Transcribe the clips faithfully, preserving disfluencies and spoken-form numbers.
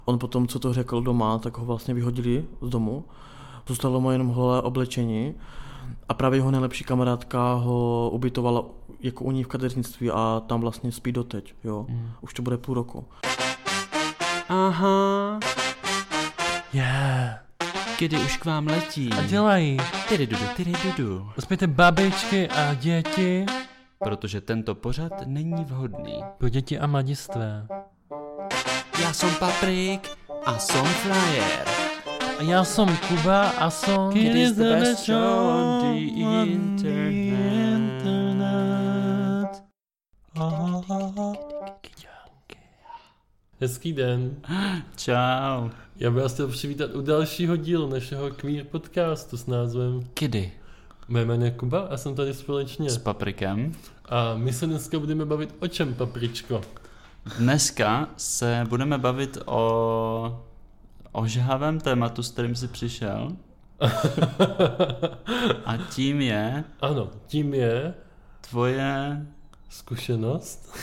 On potom, co to řekl doma, tak ho vlastně vyhodili z domu. Zůstalo mu jenom holé oblečení a právě jeho nejlepší kamarádka ho ubytovala jako u ní v kadeřnictví a tam vlastně spí doteď, jo. Mm. Už to bude půl roku. Aha. Yeah. Kdy už k vám letí. A dělají. Tyry dudu, tyry dudu. Uspějte babičky a děti. Protože tento pořad není vhodný. Pro děti a mladistvé. Já jsem Paprik a jsem Flyer. A já jsem Kuba a jsem... It is the best show on the internet. Hezký den. Čau. Já bych vás chtěl přivítat u dalšího dílu našeho queer podcastu s názvem Kdy? Moje jméno je Kuba a jsem tady společně S Paprikem. A my se dneska budeme bavit o čem, Papričko? Dneska se budeme bavit o ožhavém tématu, s kterým jsi přišel. A tím je... Ano, tím je... Tvoje... Zkušenost?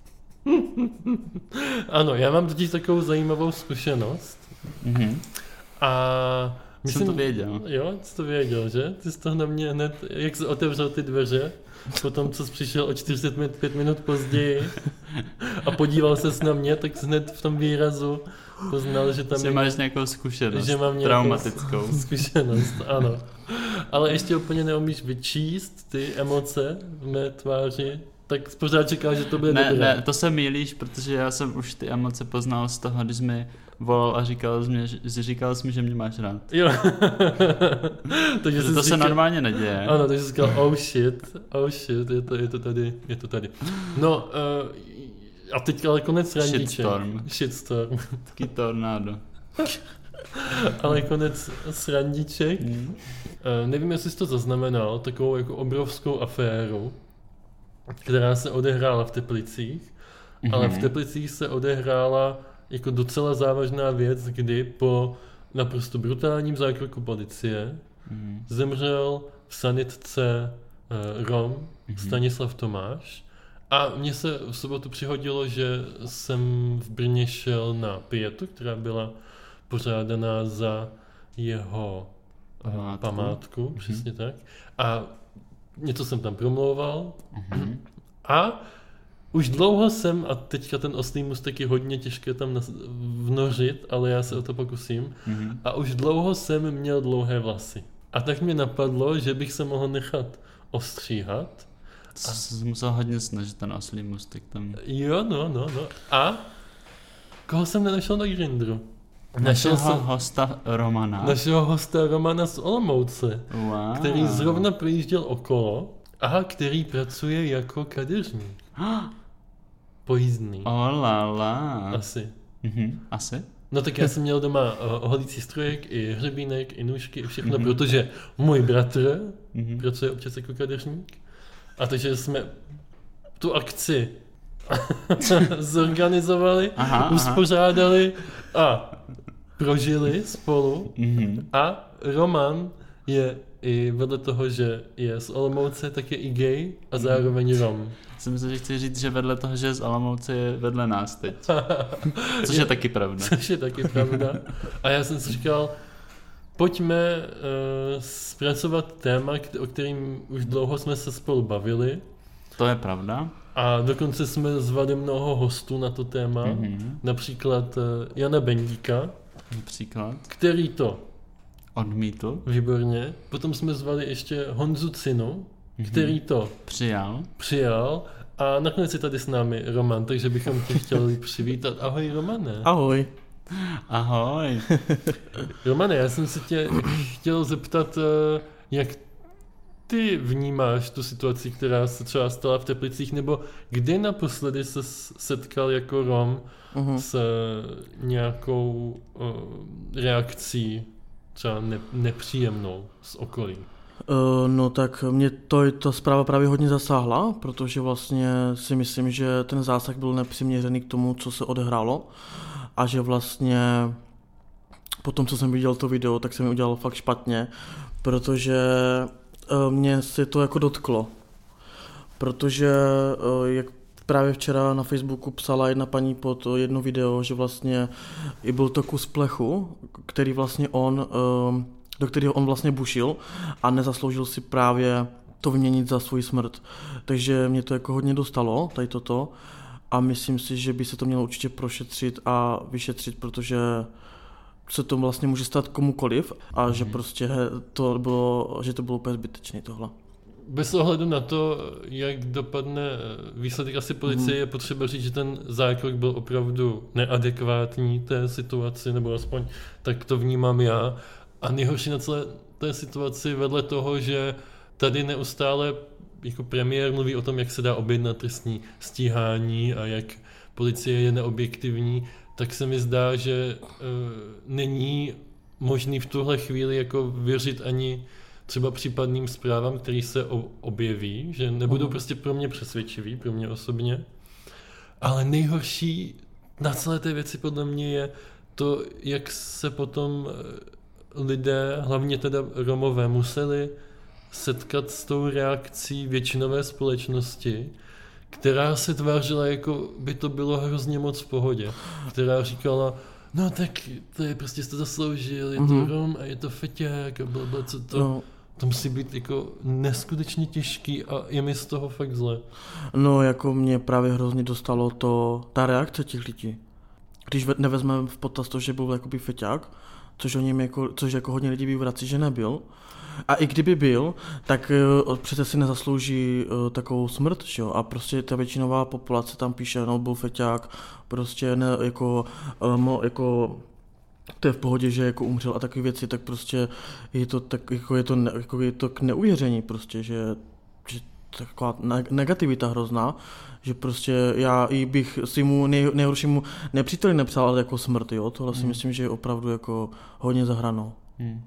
Ano, já mám totiž takovou zajímavou zkušenost. Mm-hmm. A... Myslím, jsem to věděl. Jo, jsi to věděl, že? Ty jsi to na mě hned, jak jsi otevřel ty dveře, potom co jsi přišel o čtyřicet pět minut později a podíval ses na mě, tak jsi hned v tom výrazu poznal, že tam... Že máš nějakou zkušenost, že mám nějakou traumatickou. Zkušenost, ano. Ale ještě úplně neumíš vyčíst ty emoce v mé tváři, tak pořád čekal, že to bude ne, dobré. Ne, to se mýlíš, protože já jsem už ty emoce poznal z toho, když jsi mi volal a říkal jsi, mě, že, říkal jsi mi, že mě máš rád. Jo. Takže to se říkal, normálně neděje. Ano, takže jsi říkal, oh shit, oh shit, je to, je to tady, je to tady. No, uh, a teď ale konec randiček. Shitstorm. Shitstorm. Taký tornádo. Ale konec srandiček. Mm. Uh, nevím, jestli jsi to zaznamenal, takovou jako obrovskou aféru, která se odehrála v Teplicích, mm-hmm. ale v Teplicích se odehrála jako docela závažná věc, kdy po naprosto brutálním zákroku policie mm. zemřel v sanitce uh, Rom mm-hmm. Stanislav Tomáš. A mně se v sobotu přihodilo, že jsem v Brně šel na pietu, která byla pořádaná za jeho památku, památku mm-hmm. přesně tak. A něco jsem tam promlouval mm-hmm. a už dlouho jsem, a teďka ten oslý můstek je hodně těžké tam vnořit, ale já se o to pokusím, mm-hmm. a už dlouho jsem měl dlouhé vlasy. A tak mě napadlo, že bych se mohl nechat ostříhat. To jsi musel hodně snažit, ten oslý můstek tam. Jo, no, no, no. A koho jsem nenašel na Grindru? Našeho jsem, hosta Romana. Našeho hosta Romana z Olomouce, wow. který zrovna projížděl okolo a který pracuje jako kadeřník. Pojízdný. Oh la la. Asi. Mhm. Asi? No tak já jsem měl doma uh, holící strojek, i hřebínek, i nůžky, i všechno, mm-hmm. protože můj bratr mm-hmm. pracuje občas jako kadeřník. A takže jsme tu akci zorganizovali, aha, uspořádali aha. a prožili spolu. Mm-hmm. A Roman je i vedle toho, že je z Olomouce, tak je i gay a zároveň Rom. Jsem myslel, že chci říct, že vedle toho, že je z Olomouce, je vedle nás teď. Což je, je taky pravda. Což je taky pravda. A já jsem si říkal, pojďme uh, zpracovat téma, o kterým už dlouho jsme se spolu bavili. To je pravda. A dokonce jsme zvali mnoho hostů na to téma. Mm-hmm. Například uh, Jana Bendíka. Například. Který to odmítl. Výborně. Potom jsme zvali ještě Honzu Cinu, mm-hmm. který to přijal. Přijal. A nakonec je tady s námi Roman, takže bychom tě chtěli přivítat. Ahoj, Romane. Ahoj. Ahoj. Romane, já jsem se tě chtěl zeptat, jak ty vnímáš tu situaci, která se třeba stala v Teplicích, nebo kdy naposledy se setkal jako Rom uh-huh. s nějakou uh, reakcí třeba ne, nepříjemnou z okolí? Uh, no tak mě to, ta zpráva právě hodně zasáhla, protože vlastně si myslím, že ten zásah byl nepřiměřený k tomu, co se odehrálo a že vlastně po tom, co jsem viděl to video, tak se mi udělalo fakt špatně, protože uh, mě se to jako dotklo, protože uh, jak právě včera na Facebooku psala jedna paní pod jedno video, že vlastně i byl to kus plechu, který vlastně on, do kterého on vlastně bušil a nezasloužil si právě to vyměnit za svou smrt. Takže mě to jako hodně dostalo, tady toto, a myslím si, že by se to mělo určitě prošetřit a vyšetřit, protože se to vlastně může stát komukoliv a mm. že prostě to bylo, že to bylo úplně zbytečné tohle. Bez ohledu na to, jak dopadne výsledek asi policie, mm. je potřeba říct, že ten zákrok byl opravdu neadekvátní té situaci, nebo aspoň tak to vnímám já. A nejhorší na celé té situaci vedle toho, že tady neustále jako premiér mluví o tom, jak se dá objednat trestní stíhání a jak policie je neobjektivní, tak se mi zdá, že e, není možný v tuhle chvíli jako věřit ani třeba případným zprávám, které se objeví, že nebudou uh. prostě pro mě přesvědčivý, pro mě osobně. Ale nejhorší na celé té věci podle mě je to, jak se potom lidé, hlavně teda Romové, museli setkat s tou reakcí většinové společnosti, která se tvářila, jako by to bylo hrozně moc v pohodě. Která říkala, no tak to je prostě jste zasloužil, je to mm-hmm. Rom a je to feťák a blablabla, co to... No. To musí být jako neskutečně těžký a je mi z toho fakt zle. No jako mě právě hrozně dostalo to, ta reakce těch lidí. Když nevezmeme v potaz to, že byl jakoby feťák, což o něm jako, což jako hodně lidí vyvrací, že nebyl. A i kdyby byl, tak uh, přece si nezaslouží uh, takovou smrt, že jo? A prostě ta většinová populace tam píše, no byl feťák, prostě ne, jako, um, jako to je v pohodě, že jako umřel a takové věci, tak prostě je to tak, jako je to, ne, jako je to k neuvěření prostě, že, že taková negativita hrozná, že prostě já i bych si mu nej, nejhoršímu nepříteli nepřál jako smrt, jo, tohle si hmm. myslím, že je opravdu jako hodně za hranou. Hmm.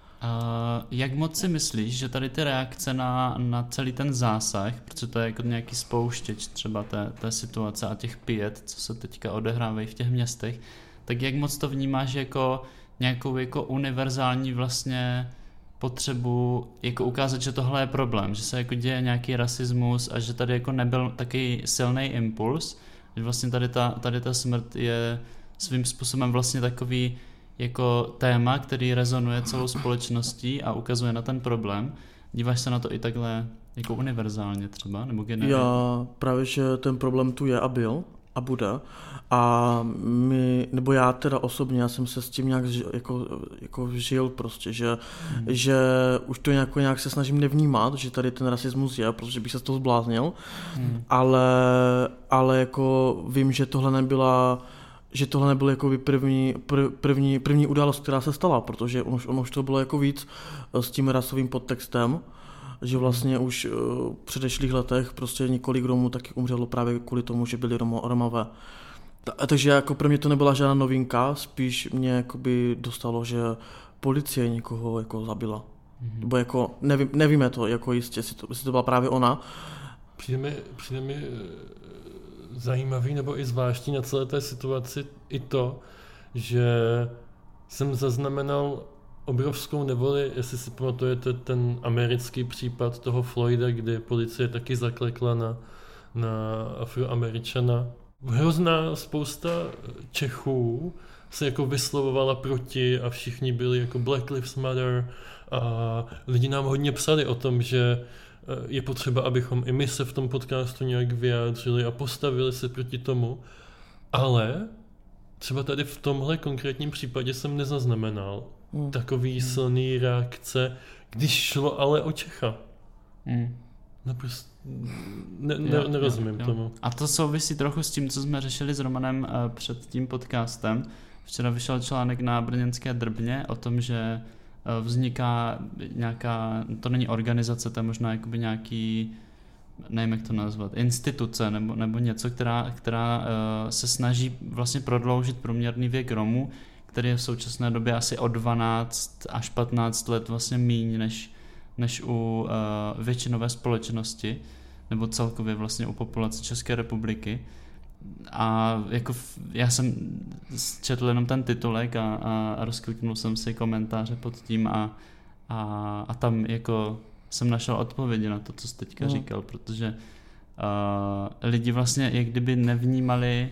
Uh, jak moc si myslíš, že tady ty reakce na, na celý ten zásah, protože to je jako nějaký spouštěč třeba té, té situace a těch pijet, co se teďka odehrávají v těch městech, tak jak moc to vnímáš jako nějakou jako univerzální vlastně potřebu jako ukázat, že tohle je problém, že se jako děje nějaký rasismus a že tady jako nebyl takový silný impuls, že vlastně tady ta, tady ta smrt je svým způsobem vlastně takový jako téma, který rezonuje celou společností a ukazuje na ten problém. Díváš se na to i takhle jako univerzálně třeba, nebo generálně? Já právě, že ten problém tu je a byl a bude. A my, nebo já teda osobně, já jsem se s tím nějak jako, jako žil prostě, že, hmm. že už to nějak, nějak se snažím nevnímat, že tady ten rasismus je, protože bych se z toho zbláznil, hmm. ale, ale jako vím, že tohle nebyla že tohle nebyl jako první, prv, první, první událost, která se stala, protože on už, on už to bylo jako víc s tím rasovým podtextem, že vlastně už v předešlých letech prostě několik Romů taky umřelo právě kvůli tomu, že byli Romo, Romové. Takže jako pro mě to nebyla žádná novinka, spíš mě jakoby dostalo, že policie někoho jako zabila. Mm-hmm. Nebo jako nevím, nevíme to jako jistě, jestli to, jestli to byla právě ona. Přijde mi, přijde mi zajímavý nebo i zvláštní na celé té situaci i to, že jsem zaznamenal obrovskou nevoli, jestli si pamatujete ten americký případ toho Floyda, kdy policie taky zaklekla na, na Afroameričana. Hrozná spousta Čechů se jako vyslovovala proti a všichni byli jako Black Lives Matter a lidi nám hodně psali o tom, že je potřeba, abychom i my se v tom podcastu nějak vyjádřili a postavili se proti tomu, ale třeba tady v tomhle konkrétním případě jsem nezaznamenal mm. takový mm. silný reakce, když šlo ale o Čecha. Mm. No prostě ne, ne, jo, nerozumím jo, jo. tomu. A to souvisí trochu s tím, co jsme řešili s Romanem uh, před tím podcastem. Včera vyšel článek na brněnské Drbně o tom, že uh, vzniká nějaká, to není organizace, to je možná jakoby nějaký, nevím jak to nazvat, instituce nebo, nebo něco, která, která uh, se snaží vlastně prodloužit průměrný věk Romů, který je v současné době asi o dvanáct až patnáct let vlastně míň než než u uh, většinové společnosti, nebo celkově vlastně u populace České republiky. A jako v, já jsem četl jenom ten titulek a, a rozkliknul jsem si komentáře pod tím a, a, a tam jako jsem našel odpovědi na to, co jsi teďka no. říkal, protože lidi vlastně jak kdyby nevnímali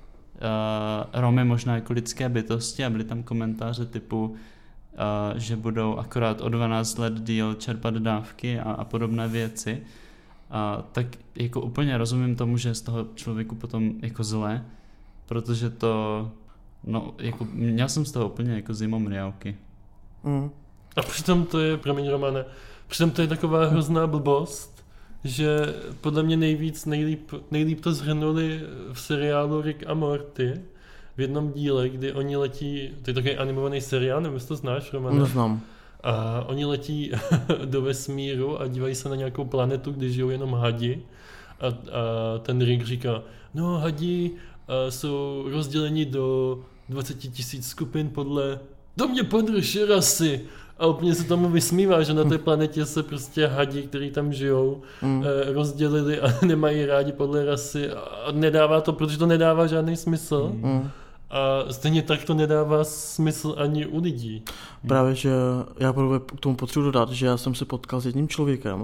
uh, Romy možná jako lidské bytosti a byly tam komentáře typu, uh, že budou akorát o dvanáct let díl čerpat dávky a, a podobné věci. Uh, tak jako úplně rozumím tomu, že z toho člověku potom jako zle, protože to, no jako měl jsem z toho úplně jako zimomriavky. Mm. A přitom to je, promiň Romane, přitom to je taková hrozná blbost, že podle mě nejvíc, nejlíp, nejlíp to zhrnuli v seriálu Rick a Morty v jednom díle, kdy oni letí, to je takový animovaný seriál, nevím, jestli to znáš, Romane? Neznám. A oni letí do vesmíru a dívají se na nějakou planetu, kde žijou jenom hadi a, a ten Rick říká, no hadi jsou rozděleni do dvacet tisíc skupin podle do mě podrž rasy. A úplně se tomu vysmívá, že na té planetě se prostě hadi, kteří tam žijou, mm. eh, rozdělili a nemají rádi podle rasy a nedává to, protože to nedává žádný smysl. Mm. A stejně tak to nedává smysl ani u lidí. Právě, že já k tomu potřebuji dodat, že já jsem se potkal s jedním člověkem uh,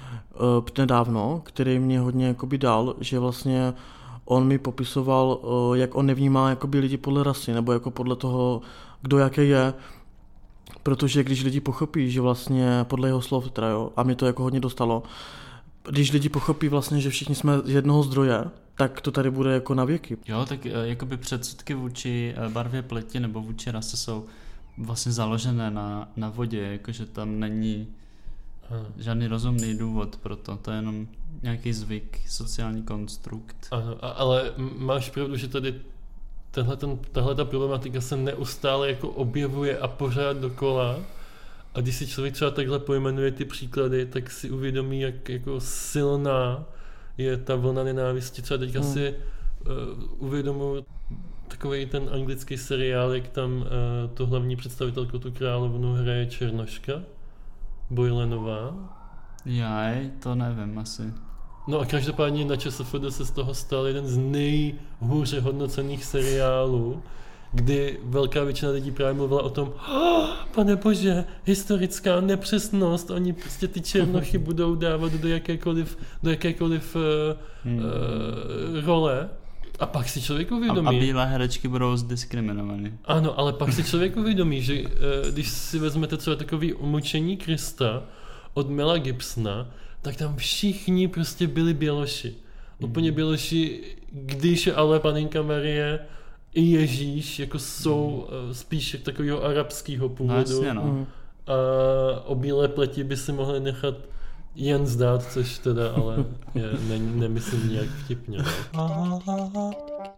nedávno, který mě hodně jakoby dal, že vlastně on mi popisoval, uh, jak on nevnímá jakoby lidi podle rasy, nebo jako podle toho, kdo jaký je, protože když lidi pochopí, že vlastně podle jeho slov, teda jo, a mě to jako hodně dostalo, když lidi pochopí vlastně, že všichni jsme z jednoho zdroje, tak to tady bude jako na věky. Jo, tak jakoby předsudky vůči barvě pleti nebo vůči rase jsou vlastně založené na, na vodě, jakože tam není žádný rozumný důvod pro to, to je jenom nějaký zvyk, sociální konstrukt. Ano, ale máš pravdu, že tady tahle ta problematika se neustále jako objevuje a pořád dokola. A když si člověk třeba takhle pojmenuje ty příklady, tak si uvědomí, jak jako silná je ta vlna nenávisti. Třeba teďka hmm. si uh, uvědomuji takový ten anglický seriál, jak tam uh, tu hlavní představitelku, tu královnu, hraje Černoška Boylenová. Jaj, to nevím asi. No a každopádně na ČSFD se z toho stal jeden z nejhůře hodnocených seriálů, kdy velká většina lidí právě mluvila o tom, oh, pane bože, historická nepřesnost, oni prostě ty černochy budou dávat do jakékoliv, do jakékoliv uh, hmm. uh, role. A pak si člověk uvědomí. A, a bílé herečky budou zdiskriminovaný. Ano, ale pak si člověk uvědomí, že uh, když si vezmete třeba takový Umučení Krista od Mela Gibsona, tak tam všichni prostě byli běloši. Úplně běloši, když ale panenka Marie i Ježíš jako jsou mm. spíš takového arabského původu. No, jasně, no. A o bílé pleti by si mohli nechat jen zdát, což teda ale je, ne, nemyslím nějak vtipně. No. uh,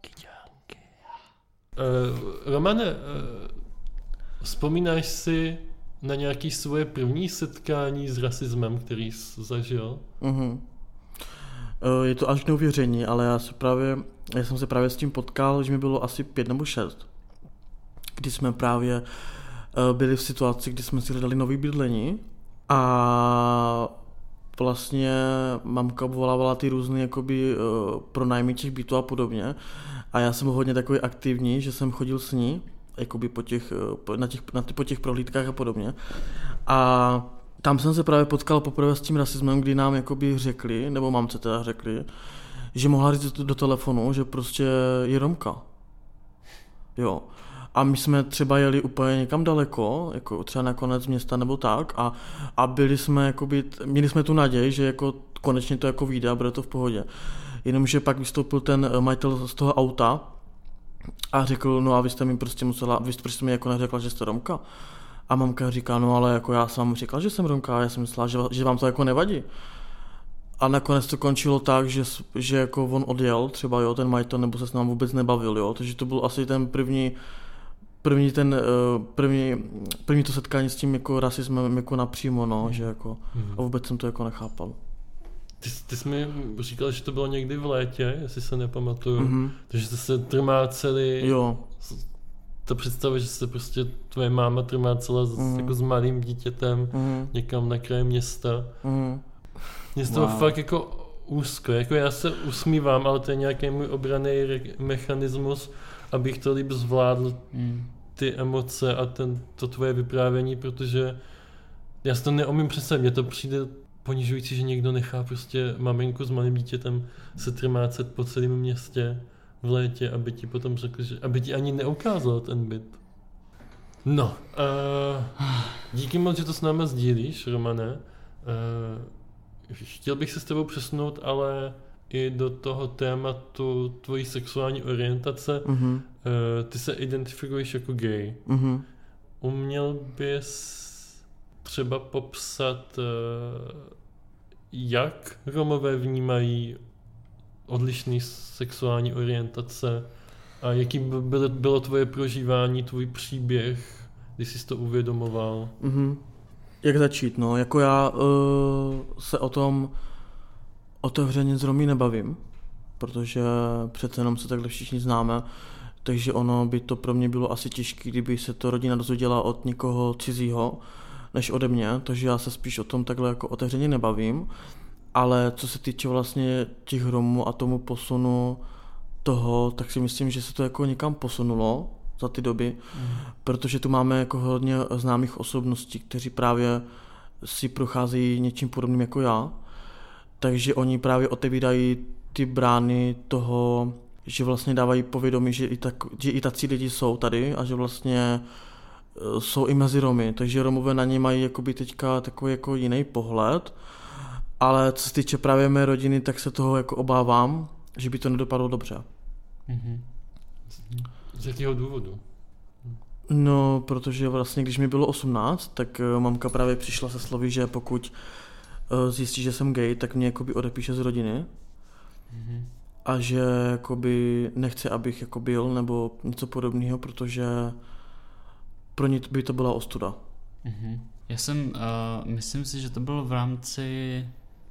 Romane, uh, vzpomínáš si na nějaké svoje první setkání s rasismem, který jsi zažil? Uh-huh. Uh, je to až k neuvěření, ale já, se právě, já jsem se právě s tím potkal, že mi bylo asi pět nebo šest, kdy jsme právě uh, byli v situaci, kdy jsme si hledali nový bydlení a vlastně mamka obvolávala ty různé jakoby, uh, pronájmy těch bytů a podobně a já jsem byl hodně takový aktivní, že jsem chodil s ní jakoby po těch, na těch, na ty, po těch prohlídkách a podobně. A tam jsem se právě potkal poprvé s tím rasismem, kdy nám jakoby řekli, nebo mamce teda řekli, že mohla říct do telefonu, že prostě je Romka. Jo. A my jsme třeba jeli úplně někam daleko, jako třeba na konec města nebo tak, a, a byli jsme jakoby, měli jsme tu naději, že jako konečně to jako vyjde a bude to v pohodě. Jenomže pak vystoupil ten majitel z toho auta a řekl, no a vy jste mi prostě musela, vy jste mi jako neřekla, že jste Romka. A mamka říká, no ale jako já jsem vám říkal, že jsem Romka, a já jsem myslela, že, že vám to jako nevadí. A nakonec to končilo tak, že, že jako on odjel, třeba jo, ten majitel, nebo se s námi vůbec nebavil, jo, takže to byl asi ten první, první ten, první, první to setkání s tím jako rasismem jako napřímo, no, že jako, a vůbec jsem to jako nechápal. Ty, ty jsi mi říkal, že to bylo někdy v létě, jestli se nepamatuju, mm-hmm. takže jste se trmáceli, jo. Ta představa, že se prostě tvoje máma trmácela mm. jako s malým dítětem mm. někam na kraji města. Mm. Mě z toho wow. fakt jako úzko, jako já se usmívám, ale to je nějaký můj obranný re- mechanismus, abych to líp zvládl mm. ty emoce a ten, to tvoje vyprávění, protože já si to neumím představit, mně to přijde ponižující, že někdo nechá prostě maminku s malým dítětem se trmácet po celém městě v létě, aby ti potom řekl, že aby ti ani neukázal ten byt. No, uh, díky moc, že to s náma sdílíš, Romane. Uh, chtěl bych se s tebou přesunout, ale i do toho tématu tvojí sexuální orientace. Mm-hmm. Uh, ty se identifikuješ jako gay. Mm-hmm. Uměl bys třeba popsat, uh, jak Romové vnímají odlišné sexuální orientace a jaký bylo, bylo tvoje prožívání, tvůj příběh, když jsi to uvědomoval? Mm-hmm. Jak začít? No, jako já uh, se o tom otevřeně s Romí nebavím, protože přece jenom se takhle všichni známe, takže ono by to pro mě bylo asi těžké, kdyby se to rodina dozvěděla od někoho cizího, než ode mě, takže já se spíš o tom takhle jako otevřeně nebavím, ale co se týče vlastně těch Romů a tomu posunu toho, tak si myslím, že se to jako někam posunulo za ty doby, mm. protože tu máme jako hodně známých osobností, kteří právě si procházejí něčím podobným jako já, takže oni právě otevírají ty brány toho, že vlastně dávají povědomí, že i, tak, že i tací lidi jsou tady a že vlastně jsou i mezi Romy, takže Romové na ně mají jakoby teďka takový jako jiný pohled, ale co se týče právě mé rodiny, tak se toho jako obávám, že by to nedopadlo dobře. Mm-hmm. Z jakého důvodu? No, protože vlastně, když mi bylo osmnáct, tak mamka právě přišla se slovy, že pokud zjistí, že jsem gay, tak mě jakoby odepíše z rodiny. Mm-hmm. A že jakoby nechce, abych jako byl, nebo něco podobného, protože pro ně by to byla ostuda. Mm-hmm. Já jsem, uh, myslím si, že to bylo v rámci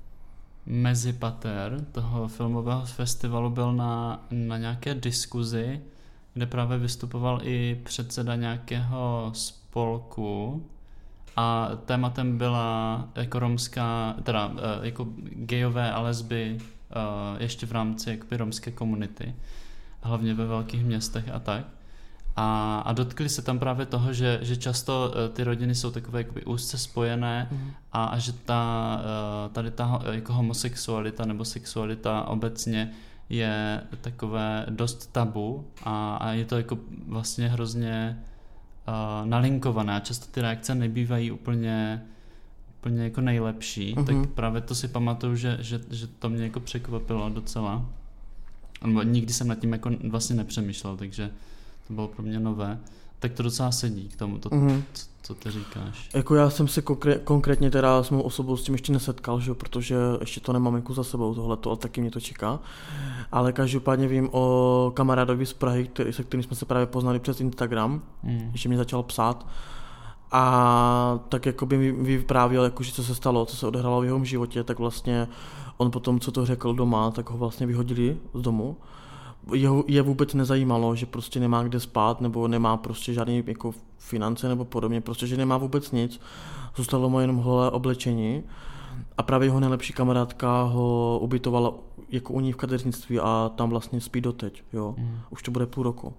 Mezipater, toho filmového festivalu, byl na, na nějaké diskuzi, kde právě vystupoval i předseda nějakého spolku a tématem byla jako romská, teda uh, jako gayové a lesby uh, ještě v rámci jakoby romské komunity, hlavně ve velkých městech a tak. A, a dotkli se tam právě toho, že, že často uh, ty rodiny jsou takové jakoby úzce spojené mm. a, a že ta, uh, tady ta jako homosexualita nebo sexualita obecně je takové dost tabu a, a je to jako vlastně hrozně uh, nalinkované a často ty reakce nebývají úplně, úplně jako nejlepší, mm. tak právě to si pamatuju, že, že, že to mě jako překvapilo docela. Nebo nikdy jsem nad tím jako vlastně nepřemýšlel, takže to bylo pro mě nové. Tak to docela sedí k tomu, to, mm-hmm. co, co ty říkáš. Jako já jsem se konkré- konkrétně teda s mou osobou s tím ještě nesetkal, že? Protože ještě to nemám jako za sebou tohleto, ale taky mě to čeká. Ale každopádně vím o kamarádovi z Prahy, který, se kterým jsme se právě poznali přes Instagram, mm. ještě mě začal psát. A tak jako by mi vyprávěl, jako, že co se stalo, co se odehrálo v jeho životě, tak vlastně on potom, co to řekl doma, tak ho vlastně vyhodili z domu. Jeho, je vůbec nezajímalo, že prostě nemá kde spát, nebo nemá prostě žádný jako finance nebo podobně, prostě, že nemá vůbec nic. Zůstalo mu jenom holé oblečení a právě jeho nejlepší kamarádka ho ubytovala jako u ní v kadeřnictví a tam vlastně spí doteď, jo. Mm. Už to bude půl roku.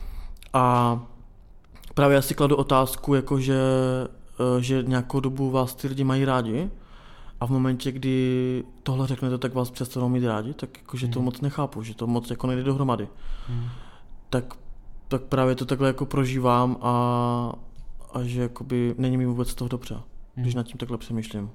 A právě já si kladu otázku, jako že, že nějakou dobu vás ty lidi mají rádi a v momentě, kdy tohle řeknete, tak vás přestanou mít rádi, tak jakože to hmm. moc nechápu, že to moc jako nejde dohromady. Hmm. Tak, tak právě to takhle jako prožívám a, a že jakoby není mi vůbec toho dobře, hmm. když nad tím takhle přemýšlím.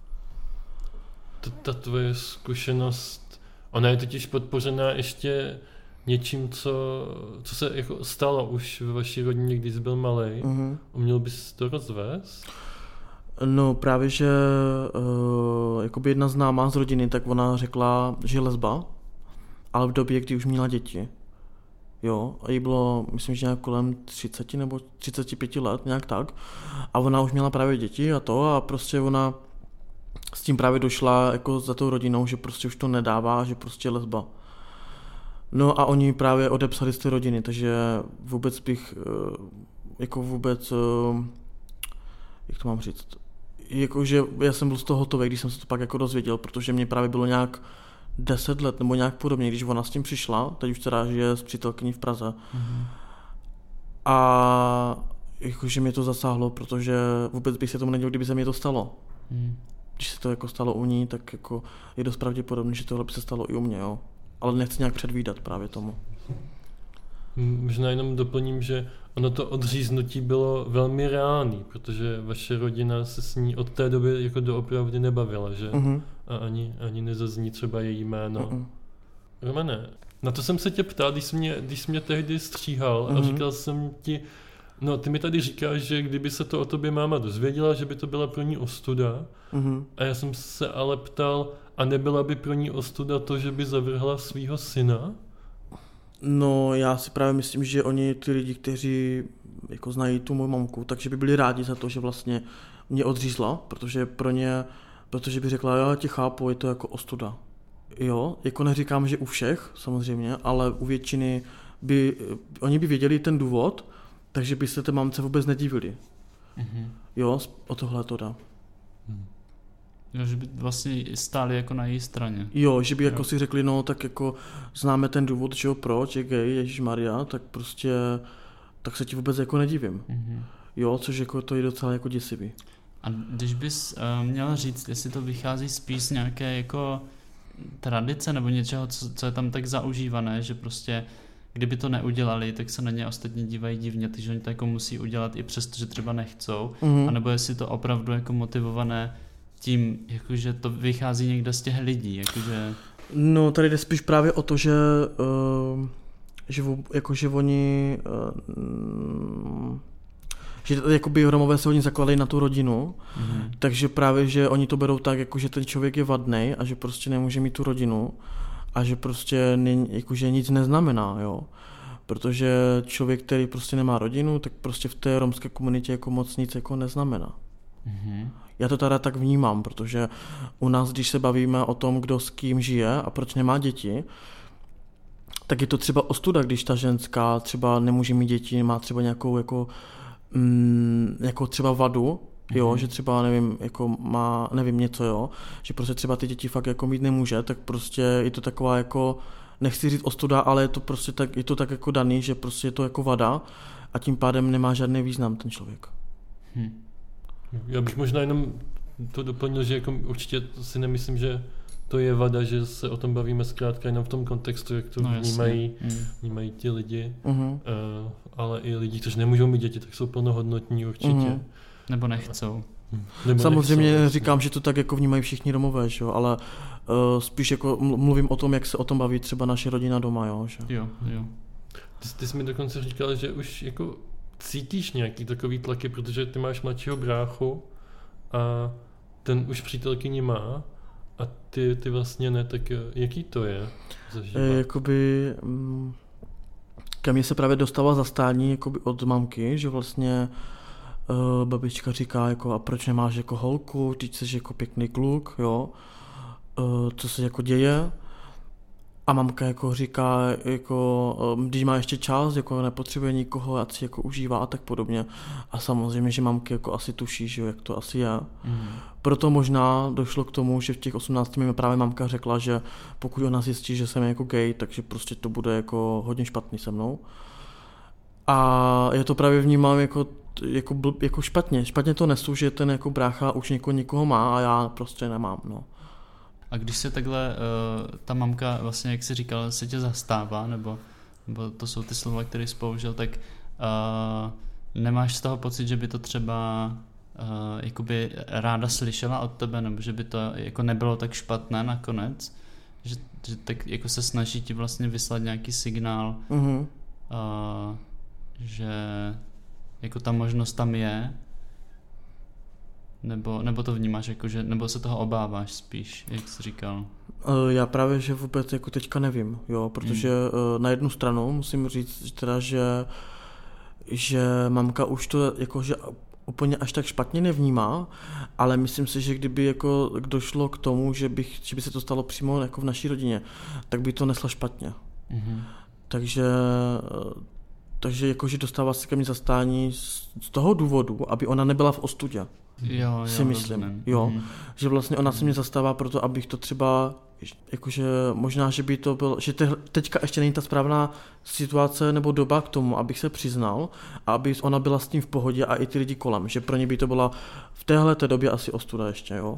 Ta, ta tvoje zkušenost, ona je totiž podpořená ještě něčím, co, co se jako stalo už ve vaší rodině, když jsi byl malej. Mm-hmm. Uměl bys to rozvést? No právě, že uh, jakoby jedna známá z rodiny, tak ona řekla, že je lesba, ale v době, kdy už měla děti. Jo, a jí bylo, myslím, že nějak kolem třicet nebo třicet pět let, nějak tak. A ona už měla právě děti a to a prostě ona s tím právě došla jako za tou rodinou, že prostě už to nedává, že prostě je lesba. No a oni právě odepsali z té rodiny, takže vůbec bych, jako vůbec, jak to mám říct, jakože já jsem byl z toho hotový, když jsem se to pak jako dozvěděl, protože mě právě bylo nějak deset let nebo nějak podobně, když ona s tím přišla, teď už teda žije s přítelkyní v Praze. Mm-hmm. A jakože mě to zasáhlo, protože vůbec bych se tomu nedělal, kdyby se mě to stalo. Mm. když se to jako stalo u ní, tak jako je dost pravděpodobné, že tohle by se stalo i u mě, jo. Ale nechci nějak předvídat právě tomu. Možná jenom doplním, že ono to odříznutí bylo velmi reálný, protože vaše rodina se s ní od té doby jako doopravdy nebavila, že? Uh-huh. A ani, ani nezazní třeba její jméno. Uh-uh. Romane, na to jsem se tě ptal, když jsi mě, když jsi mě tehdy stříhal uh-huh. a říkal jsem ti, no ty mi tady říkáš, že kdyby se to o tobě máma dozvěděla, že by to byla pro ní ostuda. Uh-huh. A já jsem se ale ptal, a nebyla by pro ní ostuda to, že by zavrhla svýho syna? No, já si právě myslím, že oni, ty lidi, kteří jako znají tu moju mamku, takže by byli rádi za to, že vlastně mě odřízla, protože pro ně, protože by řekla, já tě chápu, je to jako ostuda. Jo, jako neříkám, že u všech, samozřejmě, ale u většiny by, oni by věděli ten důvod, takže by se té mamce vůbec nedivili. Mm-hmm. Jo, o tohle to dá. Mm. Jo, že by vlastně stáli jako na její straně. Jo, že by jo. jako si řekli, no tak jako známe ten důvod, že jo, proč je gay, ježišmarja, tak prostě, tak se ti vůbec jako nedivím. Mm-hmm. Jo, což jako to je docela jako děsivý. A když bys uh, měl říct, jestli to vychází spíš z nějaké jako tradice nebo něčeho, co, co je tam tak zaužívané, že prostě kdyby to neudělali, tak se na ně ostatní dívají divně, takže oni to jako musí udělat i přesto, že třeba nechcou, mm-hmm. anebo jestli to opravdu jako motivované tím, jakože to vychází někde z těch lidí, jakože... No, tady jde spíš právě o to, že, uh, že, jako, že oni... Uh, že jakoby Romové se hodně zakladají na tu rodinu, mm-hmm. takže právě, že oni to berou tak, jako, že ten člověk je vadnej a že prostě nemůže mít tu rodinu a že prostě ne, jakože nic neznamená, jo. Protože člověk, který prostě nemá rodinu, tak prostě v té romské komunitě jako moc nic jako neznamená. Mm-hmm. Já to teda tak vnímám, protože u nás, když se bavíme o tom, kdo s kým žije a proč nemá děti, tak je to třeba ostuda, když ta ženská třeba nemůže mít děti, má třeba nějakou jako, mm, jako třeba vadu, jo, mm-hmm. že třeba nevím, jako má, nevím něco, jo, že prostě třeba ty děti fakt jako mít nemůže, tak prostě je to taková jako, nechci říct ostuda, ale je to prostě tak, je to tak jako daný, že prostě je to jako vada a tím pádem nemá žádný význam ten člověk. Hmm. Já bych možná jenom to doplnil, že jako určitě si nemyslím, že to je vada, že se o tom bavíme zkrátka jenom v tom kontextu, jak to no, vnímají, mm. vnímají ti lidi, uh-huh. uh, ale i lidi, kteří nemůžou mít děti, tak jsou plnohodnotní určitě. Uh-huh. Nebo nechcou. Nebo samozřejmě nechcou. Říkám, že to tak jako vnímají všichni Romové, že jo, ale uh, spíš jako mluvím o tom, jak se o tom baví třeba naše rodina doma, jo. Že? Jo, jo. Ty, ty jsi mi dokonce říkal, že už jako cítíš nějaký takový tlaky, protože ty máš mladšího bráchu a ten už přítelkyni má a ty, ty vlastně ne, tak jaký to je zažívat? E, jakoby ke mně se právě dostává zastání jakoby od mamky, že vlastně uh, babička říká jako a proč nemáš jako holku, teď jsi jako pěkný kluk, jo, uh, co se jako děje. A mamka jako říká, jako, když má ještě čas, jako nepotřebuje nikoho, ať si jako užívá a tak podobně. A samozřejmě, že mamky jako asi tuší, že jak to asi je. Mm. Proto možná došlo k tomu, že v těch osmnácti mi právě mamka řekla, že pokud ona zjistí, že jsem jako gay, takže prostě to bude jako hodně špatný se mnou. A já to právě vnímám jako, jako, blb, jako špatně. Špatně to nesu, že ten jako brácha už někoho, někoho má a já prostě nemám, no. A když se takhle uh, ta mamka, vlastně jak jsi říkal, se tě zastává, nebo, nebo to jsou ty slova, které jsi použil, tak uh, nemáš z toho pocit, že by to třeba uh, jakoby ráda slyšela od tebe, nebo že by to jako nebylo tak špatné nakonec, že, že tak jako se snaží ti vlastně vyslat nějaký signál, mm-hmm. uh, že jako ta možnost tam je, Nebo, nebo to vnímáš, jako, že, nebo se toho obáváš spíš, jak jsi říkal? Já právě, že vůbec jako teďka nevím, jo, protože hmm. na jednu stranu musím říct teda, že, že mamka už to jako, že úplně až tak špatně nevnímá, ale myslím si, že kdyby jako došlo k tomu, že, bych, že by se to stalo přímo jako v naší rodině, tak by to nesla špatně. Hmm. Takže... Takže jakože dostává se ke mně zastání z, z toho důvodu, aby ona nebyla v ostudě. Jo, si jo, myslím, rozumím. jo, mm. že vlastně ona se mě zastává proto, abych to třeba, jakože možná, že by to byl, že te, teďka ještě není ta správná situace nebo doba k tomu, abych se přiznal a aby ona byla s tím v pohodě a i ty lidi kolem, že pro ně by to byla v téhleté době asi ostuda ještě, jo.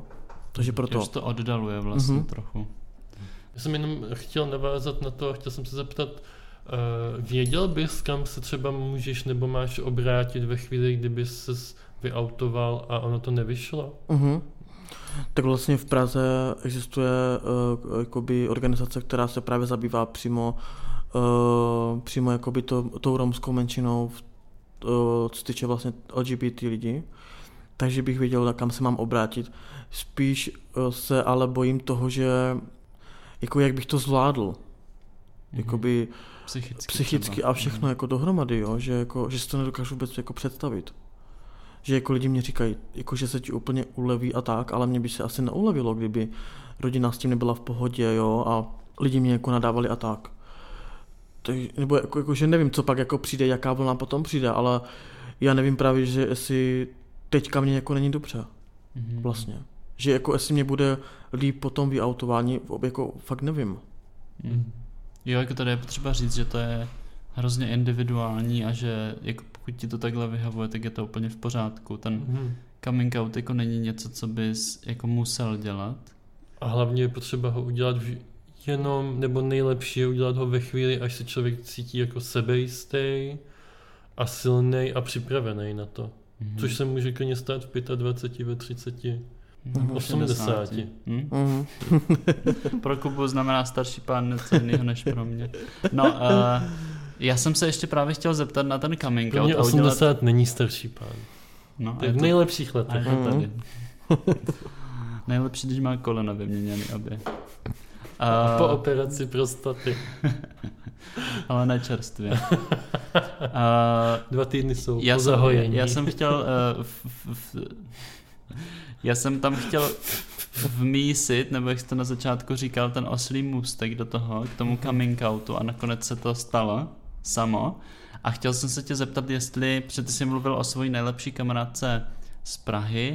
Takže proto. Už to oddaluje vlastně mm-hmm. trochu. Já jsem jenom chtěl navázat na to, chtěl jsem se zeptat, uh, věděl bys, kam se třeba můžeš nebo máš obrátit ve chvíli, kdyby ses vyautoval a ono to nevyšlo? Uh-huh. Tak vlastně v Praze existuje uh, jakoby organizace, která se právě zabývá přímo, uh, přímo jakoby to, tou romskou menšinou, uh, co se týče vlastně L G B T lidí. Takže bych věděl, kam se mám obrátit. Spíš uh, se ale bojím toho, že jako jak bych to zvládl. Mm-hmm. Jakoby psychicky, psychicky a všechno mm-hmm. jako dohromady, jo? Že, jako, že si to nedokážu vůbec jako představit. Že jako lidi mě říkají, jako, že se ti úplně uleví a tak, ale mě by se asi neulevilo, kdyby rodina s tím nebyla v pohodě, jo, a lidi mě jako nadávali a tak. tak nebo jako, jako, že nevím, co pak jako přijde, jaká vlna potom přijde, ale já nevím právě, že jestli teďka mě jako není dobře. Mm-hmm. Vlastně. Že jako jestli mě bude líp po tom vyautování, jako fakt nevím. Mm. Jo, jako tady je potřeba říct, že to je hrozně individuální a že jako pokud ti to takhle vyhavuje, tak je to úplně v pořádku. Ten mm. coming out jako není něco, co bys jako musel dělat. A hlavně je potřeba ho udělat v jenom, nebo nejlepší je udělat ho ve chvíli, až se člověk cítí jako sebejistý a silnej a připravený na to. Mm. Což se může klidně stát v dvaceti pěti, ve třiceti, mm. osmdesáti. Mm? Mm. Pro Kubu znamená starší pán něco jiného než pro mě. No, uh, já jsem se ještě právě chtěl zeptat na ten coming out. Pro mě osmdesát udělat... není starší pán. No, to je v to... nejlepších letech. A je to tady. Nejlepší, když má kolena vyměněný obě. A po operaci prostaty. Ale ne čerstvě. Uh, Dva týdny jsou já po zahojení. Já jsem chtěl... Uh, f, f, f, já jsem tam chtěl vmísit, nebo jak jsi to na začátku říkal, ten oslý můstek do toho, k tomu coming outu a nakonec se to stalo samo. A chtěl jsem se tě zeptat, jestli, protože ty jsi mluvil o svojí nejlepší kamarádce z Prahy,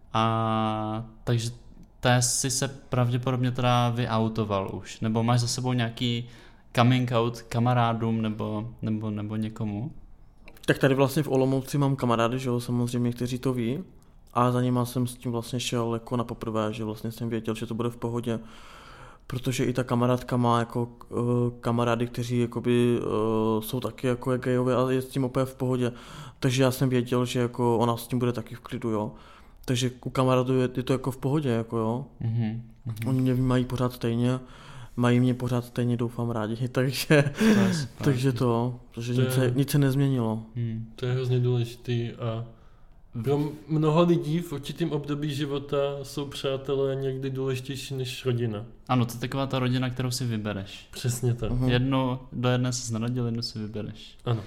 a takže té jsi se pravděpodobně teda vyautoval už, nebo máš za sebou nějaký coming out kamarádům nebo, nebo, nebo někomu? Tak tady vlastně v Olomouci mám kamarády, že jo, samozřejmě, kteří to ví. A za nima jsem s tím vlastně šel jako na poprvé, že vlastně jsem věděl, že to bude v pohodě. Protože i ta kamarádka má jako uh, kamarády, kteří jakoby, uh, jsou taky jako gejové a je s tím úplně v pohodě. Takže já jsem věděl, že jako ona s tím bude taky v klidu, jo. Takže u kamarádů je, je to jako v pohodě, jako jo. Mm-hmm. Oni mě mají pořád stejně, mají mě pořád stejně, doufám, rádi, takže to, takže to, protože to nic, je, nic se nezměnilo. Hmm. To je hrozně důležitý a pro mnoho lidí v určitém období života jsou přátelé někdy důležitější než rodina. Ano, to je taková ta rodina, kterou si vybereš. Přesně tak. Uh-huh. Jednu, do jedné se narodil, jednu si vybereš. Ano.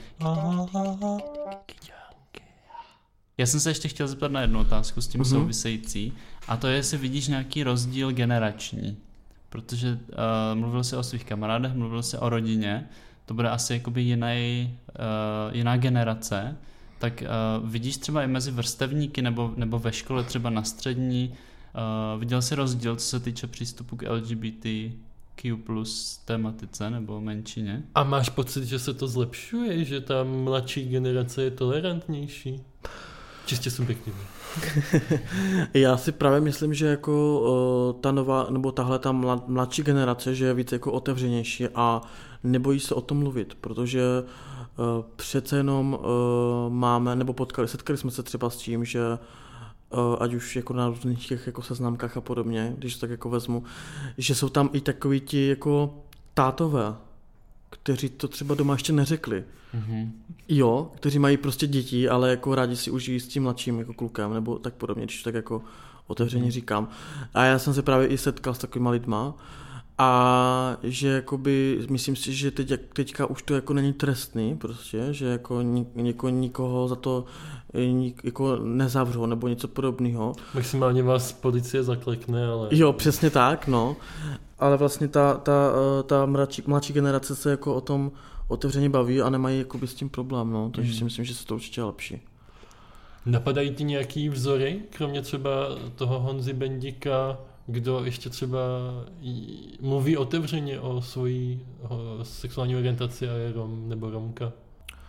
Já jsem se ještě chtěl zeptat na jednu otázku s tím uh-huh. související, a to je, jestli vidíš nějaký rozdíl generační. Protože uh, mluvil jsi o svých kamarádech, mluvil jsi o rodině, to bude asi jakoby jiný, uh, jiná generace. Tak uh, vidíš třeba i mezi vrstevníky nebo, nebo ve škole třeba na střední, uh, viděl jsi rozdíl, co se týče přístupu k L G B T Q plus tématice nebo menšině? A máš pocit, že se to zlepšuje, že ta mladší generace je tolerantnější? Čistě subjektivně. Já si právě myslím, že jako uh, ta nová, nebo tahle ta mladší generace, že je víc jako otevřenější a nebojí se o tom mluvit, protože Uh, přece jenom uh, máme, nebo potkali, setkali jsme se třeba s tím, že uh, ať už jako na různých těch jako seznamkách a podobně, když to tak jako vezmu, že jsou tam i takoví ti jako tátové, kteří to třeba doma ještě neřekli. Mm-hmm. Jo, kteří mají prostě děti, ale jako rádi si užijí s tím mladším jako klukem, nebo tak podobně, když tak jako otevřeně mm-hmm. říkám. A já jsem se právě i setkal s takovýma lidma, a že jakoby, myslím si, že teď, teďka už to jako není trestný prostě, že jako něko, nikoho za to nik, jako nezavřou nebo něco podobného. Maximálně vás policie zaklekne, ale... Jo, přesně tak, no. Ale vlastně ta, ta, ta mladší, mladší generace se jako o tom otevřeně baví a nemají jakoby s tím problém, no. Takže mm. si myslím, že se to určitě lepší. Napadají ti nějaký vzory, kromě třeba toho Honzy Bendika, kdo ještě třeba mluví otevřeně o svojí o sexuální orientaci a je Rom nebo Romka?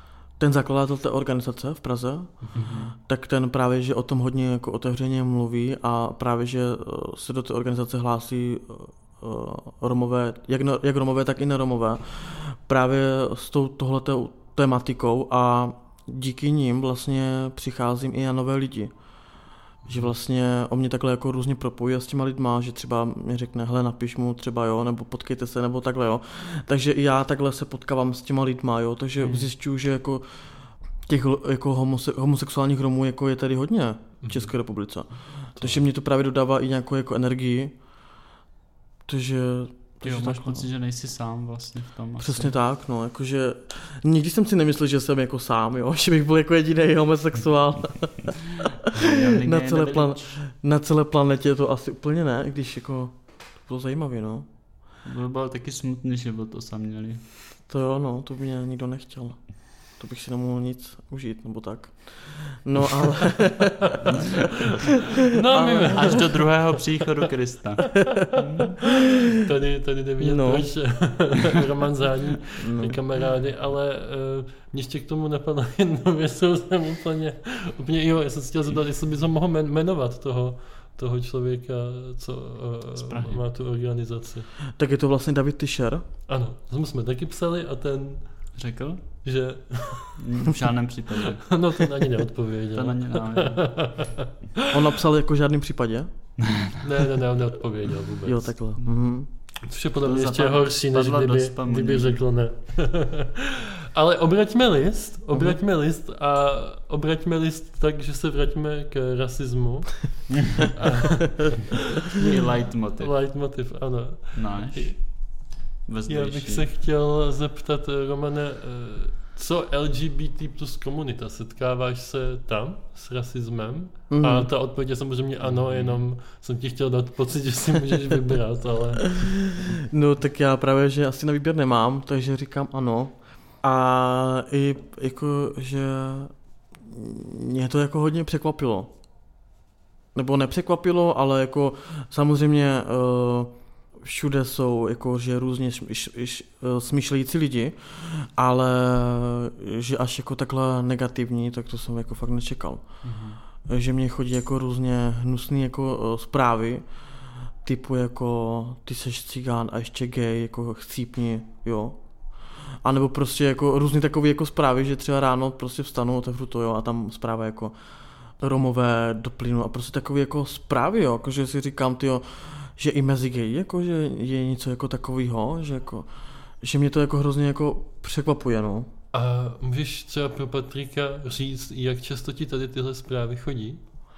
ten zakladatel té organizace v Praze, mm-hmm. tak ten právě, že o tom hodně jako otevřeně mluví a právě, že se do té organizace hlásí Romové, jak, jak Romové, tak i neromové, právě s tou tohletou tematikou a díky nim vlastně přicházím i na nové lidi. Že vlastně o mě takhle jako různě propojí s těma lidma, že třeba mi řekne, hele, napiš mu třeba, jo, nebo potkejte se, nebo takhle, jo. Takže i já takhle se potkávám s těma lidma, jo, takže mm. zjišťuju, že jako těch jako homose, homosexuálních Romů jako je tady hodně v České republice. To. Takže mě to právě dodává i nějakou jako energii. Takže... Jo, máš tak, pocit, no. že nejsi sám vlastně v tom. Přesně asi. Tak, no, jakože nikdy jsem si nemyslel, že jsem jako sám, jo, že bych byl jako jediný homosexuál. na, celé plan- na celé planetě to asi úplně ne, když jako to bylo zajímavé, no. To bylo taky smutný život to sami měli. To jo, no, to by mě nikdo nechtěl. To bych si nemohl nic užít, nebo tak. No, ale... no, ale... Až do druhého příchodu Krista. tady, tady nevidět no. proč Roman zání no. kamarády, ale uh, mě ještě k tomu napadla jednou věc, jsem úplně, úplně, jo, já jsem si chtěl zeptat, jestli bys ho mohl jmenovat toho, toho člověka, co uh, má tu organizaci. Tak je to vlastně David Tischer? Ano, tomu jsme taky psali a ten... Řekl? Že... V žádném případě. No to ani neodpověděl. To na ně no, On napsal jako v žádném případě? ne, ne, ne, on neodpověděl vůbec. Jo, takhle. Mhm. Což je podle mě ještě horší, než kdyby, kdyby řekl ne. Ale obraťme list, obraťme uh-huh. list a obraťme list tak, že se vraťme k rasismu. Je leitmotiv. Leitmotiv, ano. Náš. Já bych se chtěl zeptat, Romane, co L G B T plus komunita? Setkáváš se tam s rasismem? Mm. A ta odpověď je samozřejmě ano, jenom jsem ti chtěl dát pocit, že si můžeš vybrat, ale... No tak já právě, že asi na výběr nemám, takže říkám ano. A i jako, že mě to jako hodně překvapilo. Nebo nepřekvapilo, ale jako samozřejmě... Uh, všude jsou jako, že různě smýšlející lidi, ale že až jako takhle negativní, tak to jsem jako fakt nečekal. Mm-hmm. Že mě chodí jako různě hnusný jako zprávy, typu jako ty seš cigán a ještě gay, jako chcípni, jo. A nebo prostě jako různý takový jako zprávy, že třeba ráno prostě vstanu, otevřu to, jo, a tam zpráva jako Romové do plynu a prostě takový jako zprávy, jo, jakože si říkám, tyjo, že i mezi gay, jako, že je něco jako takovýho, že, jako, že mě to jako hrozně jako překvapuje, no. A můžeš třeba pro Patrika říct, jak často ti tady tyhle zprávy chodí?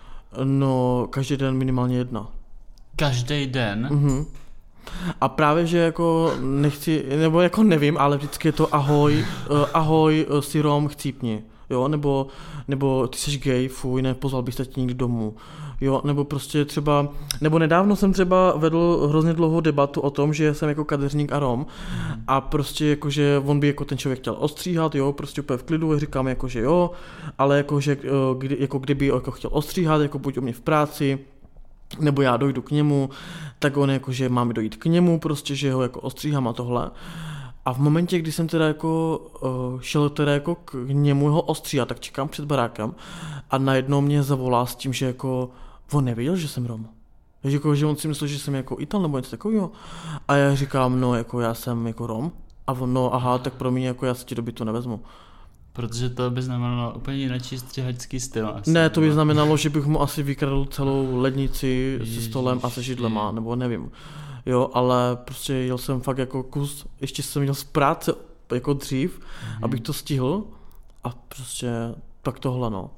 No, každý den minimálně jedna. Každý den? Mhm. A právě, že jako nechci, nebo jako nevím, ale vždycky je to ahoj, uh, ahoj, uh, si Rom, chcípni, jo, nebo, nebo ty jsi gay, fuj, nepozval bych se ti nikdy domů. Jo, nebo prostě třeba, nebo nedávno jsem třeba vedl hrozně dlouhou debatu o tom, že jsem jako kadeřník a Rom mm. a prostě jakože on by jako ten člověk chtěl ostříhat, jo, prostě úplně v klidu, říkám jako, že jo, ale jako, že kdy, jako kdyby jako chtěl ostříhat, jako buď u mě v práci, nebo já dojdu k němu, tak on jako, že máme dojít k němu, prostě, že ho jako ostříhám a tohle. A v momentě, kdy jsem teda jako uh, šel teda jako k němu ho ostříhat, tak čekám před barákem a najednou mě zavolá s tím, že jako on nevěděl, že jsem Rom. Takže jako, že on si myslel, že jsem jako Ital nebo něco takového. A já říkám, no jako já jsem jako Rom. A on, no aha, tak pro mě jako já si ti do bytu nevezmu. Protože to by znamenalo úplně jiný střihačský styl. Asi, ne, to by znamenalo, že bych mu asi vykradl celou lednici se stolem a se židlema, nebo nevím. Jo, ale prostě jel jsem fakt jako kus, ještě jsem měl z práce jako dřív, mm-hmm. abych to stihl a prostě tak tohle, no.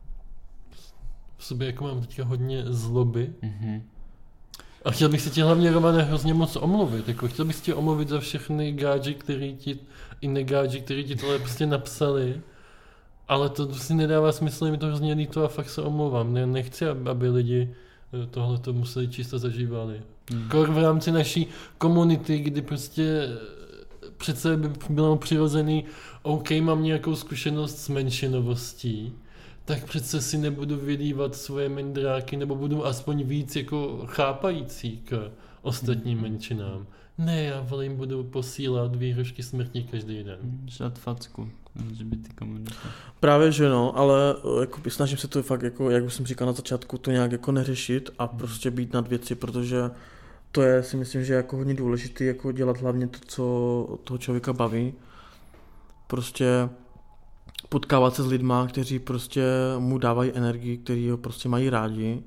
V sobě jako mám teďka hodně zloby. Mm-hmm. A chtěl bych si tě hlavně, Romane, hrozně moc omluvit. Jako, chtěl bych si tě omluvit za všechny gáči, který ti, i negáči, který ti tohle prostě napsali. Ale to si nedává smysl, mi to hrozně líto a fakt se omlouvám. Ne, nechci, aby lidi tohle to museli čisto zažívali. Hmm. Kor v rámci naší komunity, kdy prostě přece by bylo přirozený, OK, mám nějakou zkušenost s menšinovostí, tak přece si nebudu vylívat svoje mindráky, nebo budu aspoň víc jako chápající k ostatním menšinám. Ne, já vole jim budu posílat výhrušky smrti každý den. Žad facku. L G B T komunita. Právě, že no, ale jako, snažím se to fakt, jako, jak už jsem říkal na začátku, to nějak jako neřešit a hmm. prostě být nad věci, protože to je, si myslím, že je jako hodně důležité jako dělat hlavně to, co toho člověka baví. Prostě potkávat se s lidma, kteří prostě mu dávají energii, kteří ho prostě mají rádi.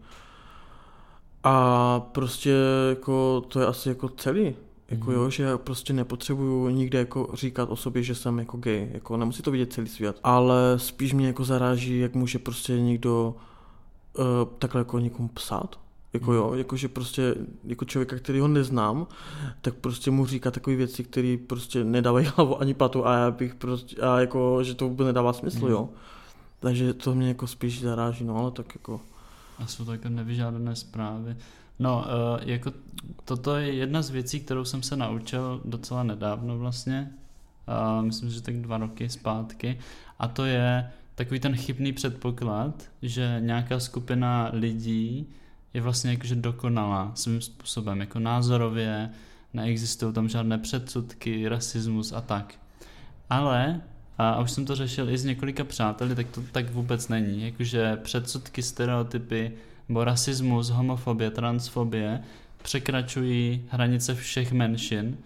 A prostě jako to je asi jako celý. Jako jo, že já prostě nepotřebuju nikde jako říkat o sobě, že jsem jako gay, jako nemusí to vidět celý svět, ale spíš mě jako zaráží, jak může prostě někdo uh, takhle jako někomu psát, jako jo, jako že prostě jako člověka, který ho neznám, tak prostě mu říká takové věci, které prostě nedávají hlavu ani patu a já bych prostě, a jako, že to vůbec nedává smysl, mm. jo. Takže to mě jako spíš zaráží, no ale tak jako. A jsou to jako nevyžádané zprávy. No, uh, jako toto je jedna z věcí, kterou jsem se naučil docela nedávno vlastně, uh, myslím, že tak dva roky zpátky, a to je takový ten chybný předpoklad, že nějaká skupina lidí je vlastně jakože dokonalá svým způsobem, jako názorově, neexistují tam žádné předsudky, rasismus a tak. Ale, a, a už jsem to řešil i s několika přáteli, tak to tak vůbec není, jakože předsudky, stereotypy, nebo rasismus, homofobie, transfobie překračují hranice všech menšin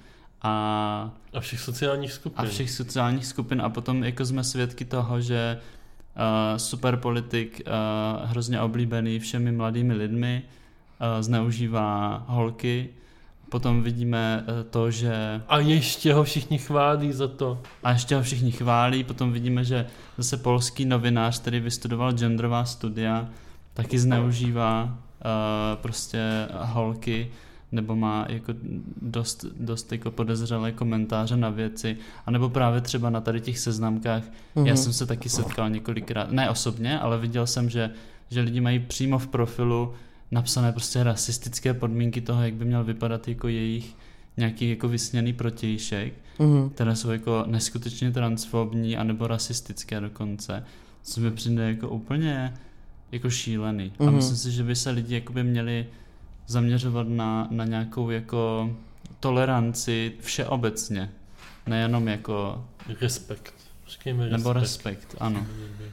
a, a všech sociálních skupin. A všech sociálních skupin a potom jako jsme svědky toho, že uh, superpolitik uh, hrozně oblíbený všemi mladými lidmi uh, zneužívá holky. Potom vidíme uh, to, že... A ještě ho všichni chválí za to. A ještě ho všichni chválí. Potom vidíme, že zase polský novinář, který vystudoval genderová studia, taky zneužívá uh, prostě holky, nebo má jako dost, dost jako podezřelé komentáře na věci, anebo právě třeba na tady těch seznamkách. Mm-hmm. Já jsem se taky setkal několikrát, ne osobně, ale viděl jsem, že, že lidi mají přímo v profilu napsané prostě rasistické podmínky toho, jak by měl vypadat jako jejich nějaký jako vysněný protějšek, mm-hmm. které jsou jako neskutečně transfobní, anebo rasistické dokonce, co mi přijde jako úplně jako šílený. Mm-hmm. A myslím si, že by se lidi jakoby měli zaměřovat na, na nějakou jako toleranci všeobecně. Nejenom jako... Respekt. Říkejme respekt. Nebo respekt, ano.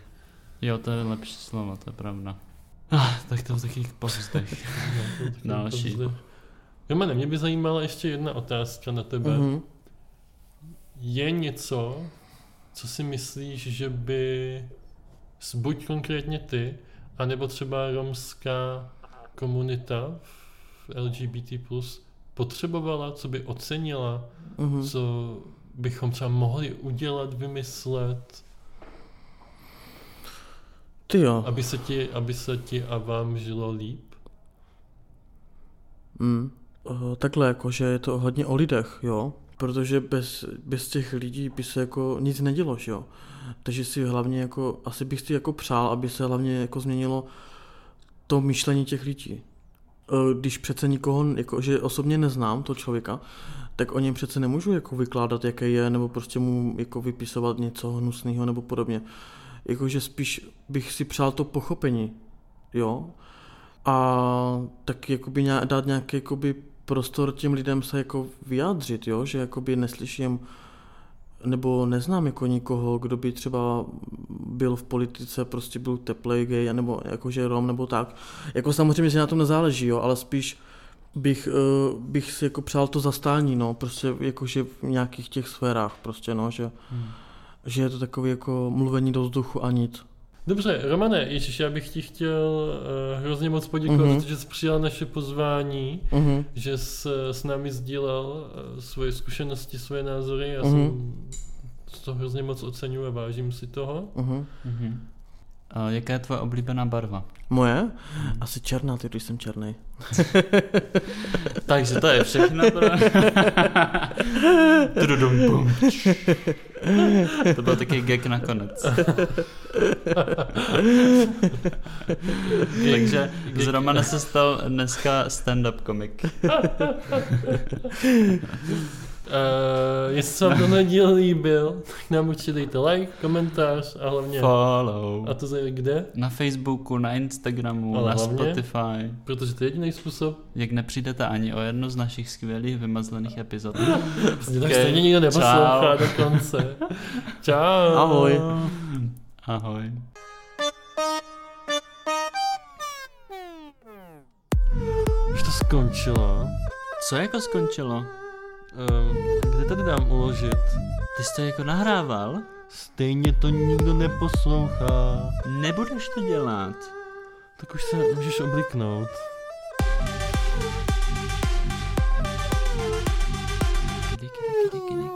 Jo, to je lepší slovo, to je pravda. Ah, tak to v takových povzdech. Další. Romane, mě by zajímala ještě jedna otázka na tebe. Mm-hmm. Je něco, co si myslíš, že by buď konkrétně ty, anebo třeba romská komunita v L G B T plus potřebovala, co by ocenila, mm-hmm. co bychom třeba mohli udělat, vymyslet, ty jo. Aby se ti, aby se ti a vám žilo líp? Mm, uh, takhle, jako, že je to hodně o lidech, jo, protože bez, bez těch lidí by se jako nic nedělo, jo. Takže si hlavně jako, asi bych si jako přál, aby se hlavně jako změnilo to myšlení těch lidí. Když přece nikoho, jako, že osobně neznám toho člověka, tak o něm přece nemůžu jako vykládat, jaký je, nebo prostě mu jako vypisovat něco hnusného nebo podobně. Jakože spíš bych si přál to pochopení, jo. A tak jakoby nějak, dát nějaký jakoby prostor těm lidem se jako vyjádřit, jo, že jakoby neslyším nebo neznám jako nikoho, kdo by třeba byl v politice, prostě byl teplej gay, nebo jakože Rom, nebo tak. Jako samozřejmě, že na tom nezáleží, jo, ale spíš bych, uh, bych si jako přál to zastání, no, prostě jakože v nějakých těch sférách, prostě, no, že, hmm. že je to takové jako mluvení do vzduchu a nic. Dobře, Romane, ježiš, já bych ti chtěl uh, hrozně moc poděkovat, uh-huh. že jsi přijal naše pozvání, uh-huh. že jsi s námi sdílel uh, svoje zkušenosti, svoje názory. Já uh-huh. jsem to hrozně moc oceňuji a vážím si toho. Uh-huh. Uh-huh. A jaká je tvoje oblíbená barva? Moje? Uh-huh. Asi černá, ty, když jsem černý. Takže to je všechno. To byl takový gag nakonec. Takže z Romana se stal dneska stand-up komik. Uh, jestli se vám tenhle díl líbil, tak nám určitě dejte like, komentář a hlavně follow. A to je kde? Na Facebooku, na Instagramu, ale na hlavně, Spotify. Protože to je jediný způsob. Jak nepřijdete ani o jednu z našich skvělých vymazlených epizod. Vlastně tak stejně nikdo neposlouchá do konce. Čau. Ahoj. Ahoj. Už to skončilo. Co jako skončilo? Um, kde tady dám uložit? Ty jsi to jako nahrával? Stejně to nikdo neposlouchá. Nebudeš to dělat. Tak už se můžeš obliknout. Kdy, kdy, kdy, kdy.